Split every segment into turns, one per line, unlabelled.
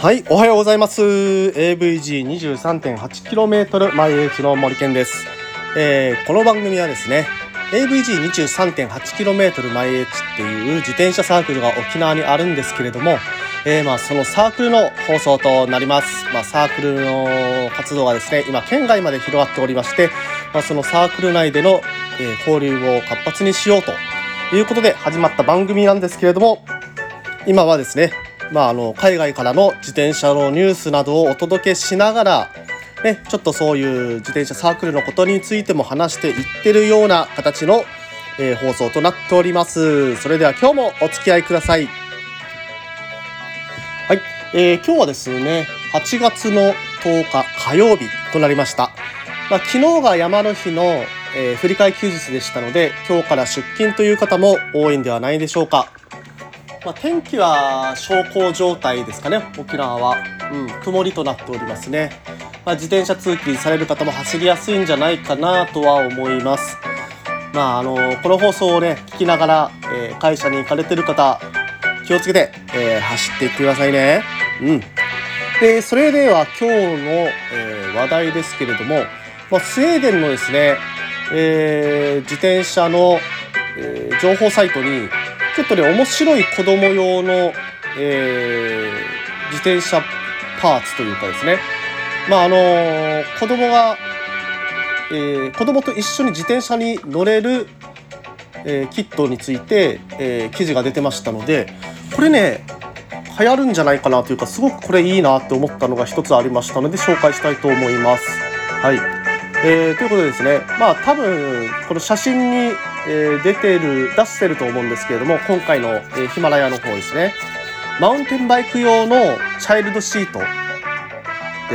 はい、おはようございます。AVG23.8km マイエージの森健です。この番組はですね、AVG23.8km マイエージっていう自転車サークルが沖縄にあるんですけれども、そのサークルの放送となります。サークルの活動がですね、今県外まで広がっておりまして、そのサークル内での、交流を活発にしようということで始まった番組なんですけれども、今はですね、海外からの自転車のニュースなどをお届けしながら、ちょっとそういう自転車サークルのことについても話していってるような形の、放送となっております。それでは今日もお付き合いください。はい、今日はですね、8月の10日火曜日となりました。昨日が山の日の、振り替え休日でしたので、今日から出勤という方も多いんではないでしょうか。天気は小康状態ですかね。沖縄は、曇りとなっておりますね。自転車通勤される方も走りやすいんじゃないかなとは思います。この放送をね聞きながら、会社に行かれてる方気をつけて、走っていってくださいね。でそれでは今日の、話題ですけれども、スウェーデンのですね、自転車の、情報サイトにちょっとね面白い子供用の、自転車パーツというかですね、子供と一緒に自転車に乗れる、キットについて、記事が出てましたので、これね流行るんじゃないかなというか、すごくこれいいなって思ったのが一つありましたので紹介したいと思います。はい、ということでですね、多分この写真に出してると思うんですけれども、今回の、ヒマラヤの方ですね、マウンテンバイク用のチャイルドシートです。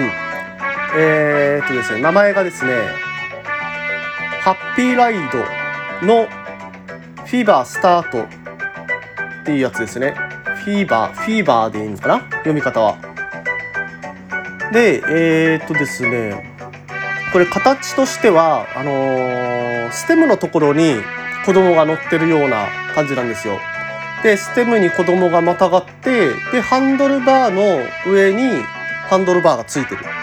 ですね、名前がですね、ハッピーライドのフィーバースタートっていうやつですね。フィーバーでいいのかな、読み方は。でですね、これ形としてはステムのところに子供が乗ってるような感じなんですよ。でステムに子供がまたがって、でハンドルバーの上にハンドルバーがついてる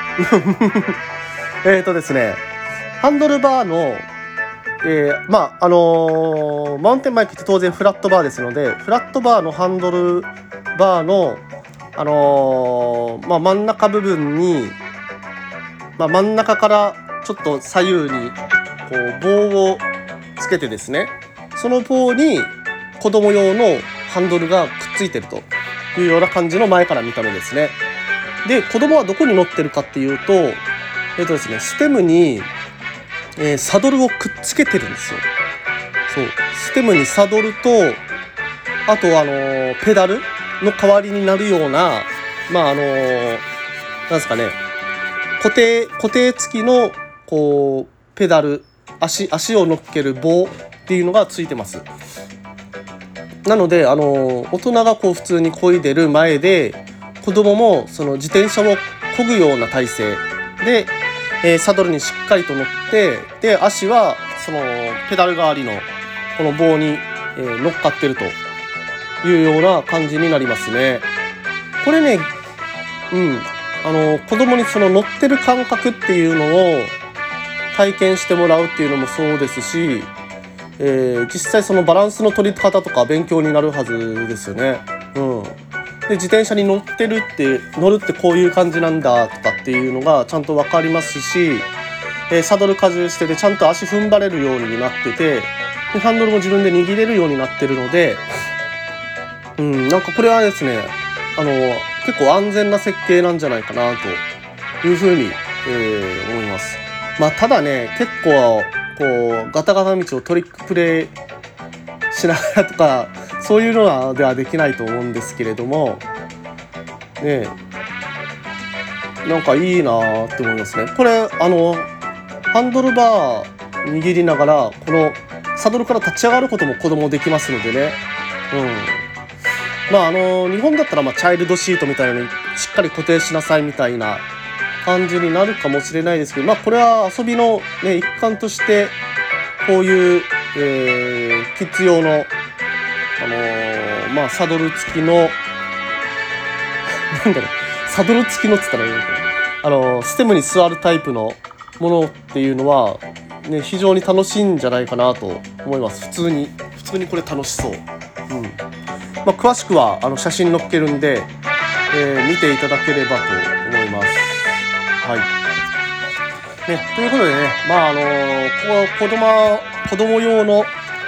ですね、ハンドルバーの、マウンテンバイクって当然フラットバーですので、フラットバーのハンドルバーの、真ん中部分に、真ん中からちょっと左右にこう棒をつけてですね、その棒に子供用のハンドルがくっついてるというような感じの前から見た目ですね。で子供はどこに乗ってるかっていうと、ですね、ステムに、サドルをくっつけてるんですよ。そう、ステムにサドルと、あとペダルの代わりになるような、なんですかね、固定付きのこうペダル、足を乗っける棒っていうのがついてます。なので大人がこう普通に漕いでる前で、子供もその自転車を漕ぐような体勢で、サドルにしっかりと乗って、で足はそのペダル代わりのこの棒に、乗っかってるというような感じになりますね。これね、子供にその乗ってる感覚っていうのを体験してもらうっていうのもそうですし、実際そのバランスの取り方とか勉強になるはずですよね。で自転車に乗るってこういう感じなんだとかっていうのがちゃんと分かりますし、サドル荷重しててちゃんと足踏ん張れるようになってて、でハンドルも自分で握れるようになってるので、なんかこれはですね、結構安全な設計なんじゃないかなというふうに、思います。ただね、結構こうガタガタ道をトリックプレイしながらとか、そういうのではできないと思うんですけれどもね、なんかいいなって思いますね。これハンドルバー握りながらこのサドルから立ち上がることも子供できますのでね。日本だったらチャイルドシートみたいなのにしっかり固定しなさいみたいな感じになるかもしれないですけど、これは遊びの、一環としてこういう、キッズ用の、サドル付きのなんだろう、サドル付きのっつったらいいのかな、ステムに座るタイプのものっていうのは、ね、非常に楽しいんじゃないかなと思います。普通にこれ楽しそう。詳しくは写真載っけるんで、見ていただければと思います。はい。ね、ということでね、子供用の、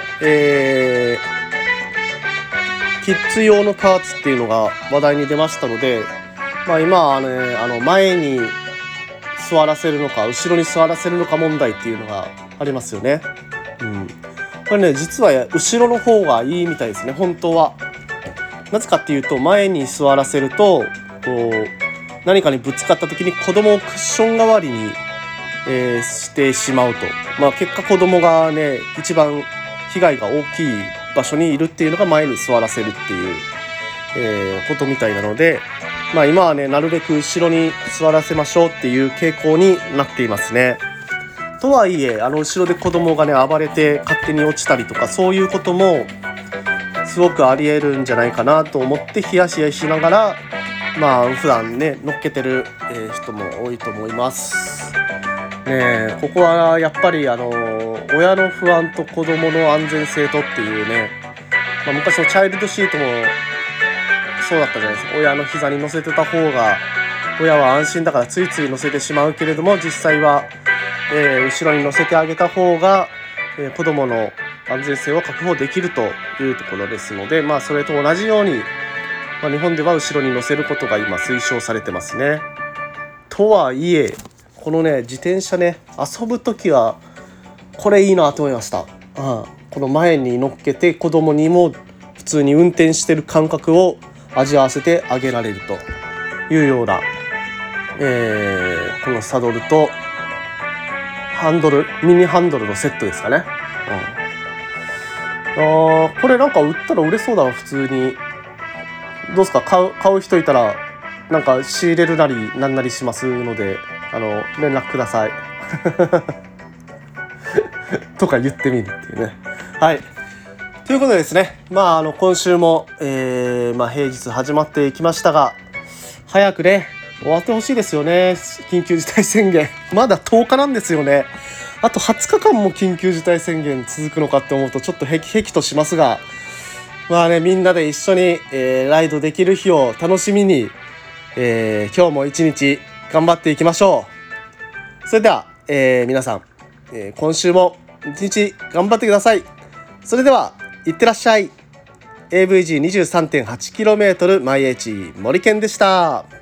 キッズ用のパーツっていうのが話題に出ましたので、今はね、前に座らせるのか後ろに座らせるのか問題っていうのがありますよね。これね、実は後ろの方がいいみたいですね、本当は。なぜかっていうと、前に座らせると何かにぶつかった時に子供をクッション代わりに、してしまうと、結果子供がね一番被害が大きい場所にいるっていうのが前に座らせるっていう、ことみたいなので、今はねなるべく後ろに座らせましょうっていう傾向になっていますね。とはいえ後ろで子供がね暴れて勝手に落ちたりとか、そういうこともすごくありえるんじゃないかなと思ってヒヤヒヤしながら普段ね乗っけてる、人も多いと思いますね。ここはやっぱり親の不安と子供の安全性とっていうね、昔のチャイルドシートもそうだったじゃないですか。親の膝に乗せてた方が親は安心だからついつい乗せてしまうけれども、実際は、後ろに乗せてあげた方が、子供の安全性を確保できるというところですので、それと同じように、日本では後ろに乗せることが今推奨されてますね。とはいえこのね自転車ね、遊ぶときはこれいいなと思いました。この前に乗っけて子供にも普通に運転してる感覚を味わわせてあげられるというような、このサドルとミニハンドルのセットですかね。これなんか売ったら売れそうだな、普通に。どうですか、買う人いたらなんか仕入れるなりなんなりしますので、連絡くださいとか言ってみるっていうね。はい、ということでですね、今週も、平日始まっていきましたが、早くね終わってほしいですよね。緊急事態宣言まだ10日なんですよね。あと20日間も緊急事態宣言続くのかって思うとちょっとヘキとしますが、みんなで一緒に、ライドできる日を楽しみに、今日も一日頑張っていきましょう。それでは、皆さん、今週も一日頑張ってください。それではいってらっしゃい。AVG23.8km 毎日森健でした。